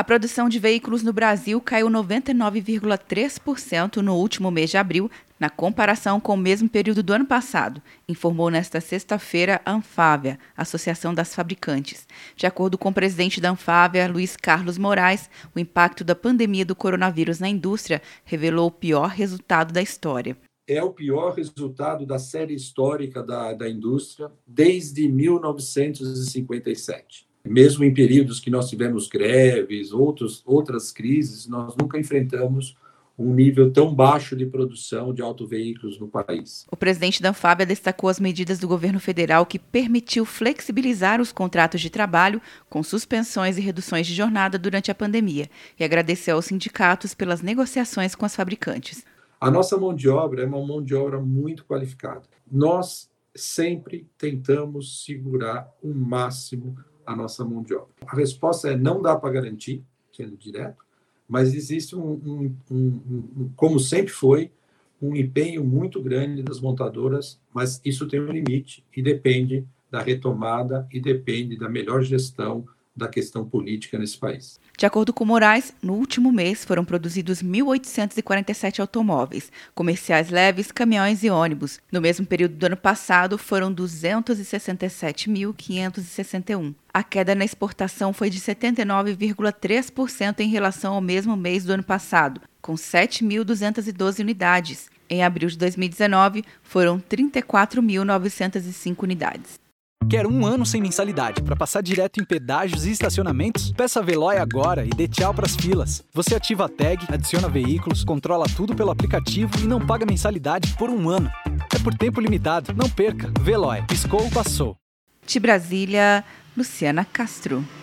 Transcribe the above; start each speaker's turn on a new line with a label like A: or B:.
A: produção de veículos no Brasil caiu 99,3% no último mês de abril, na comparação com o mesmo período do ano passado, informou nesta sexta-feira a Anfávia, Associação das Fabricantes. De acordo com o presidente da Anfávia, Luiz Carlos Moraes, o impacto da pandemia do coronavírus na indústria revelou o pior resultado da história.
B: É o pior resultado da série histórica da indústria desde 1957. Mesmo em períodos que nós tivemos greves, outras crises, nós nunca enfrentamos um nível tão baixo de produção de autoveículos no país.
A: O presidente da Anfávia destacou as medidas do governo federal que permitiu flexibilizar os contratos de trabalho com suspensões e reduções de jornada durante a pandemia e agradeceu aos sindicatos pelas negociações com as fabricantes.
B: A nossa mão de obra é uma mão de obra muito qualificada. Nós sempre tentamos segurar o máximo a nossa mão de obra. A resposta é não dá para garantir, sendo direto, mas existe como sempre foi, um empenho muito grande das montadoras, mas isso tem um limite e depende da retomada e depende da melhor gestão da questão política nesse país.
A: De acordo com Moraes, no último mês foram produzidos 1.847 automóveis, comerciais leves, caminhões e ônibus. No mesmo período do ano passado, foram 267.561. A queda na exportação foi de 79,3% em relação ao mesmo mês do ano passado, com 7.212 unidades. Em abril de 2019, foram 34.905 unidades.
C: Quer um ano sem mensalidade para passar direto em pedágios e estacionamentos? Peça a Veloy agora e dê tchau para as filas. Você ativa a tag, adiciona veículos, controla tudo pelo aplicativo e não paga mensalidade por um ano. É por tempo limitado. Não perca. Veloy. Piscou, passou.
A: De Brasília, Luciana Castro.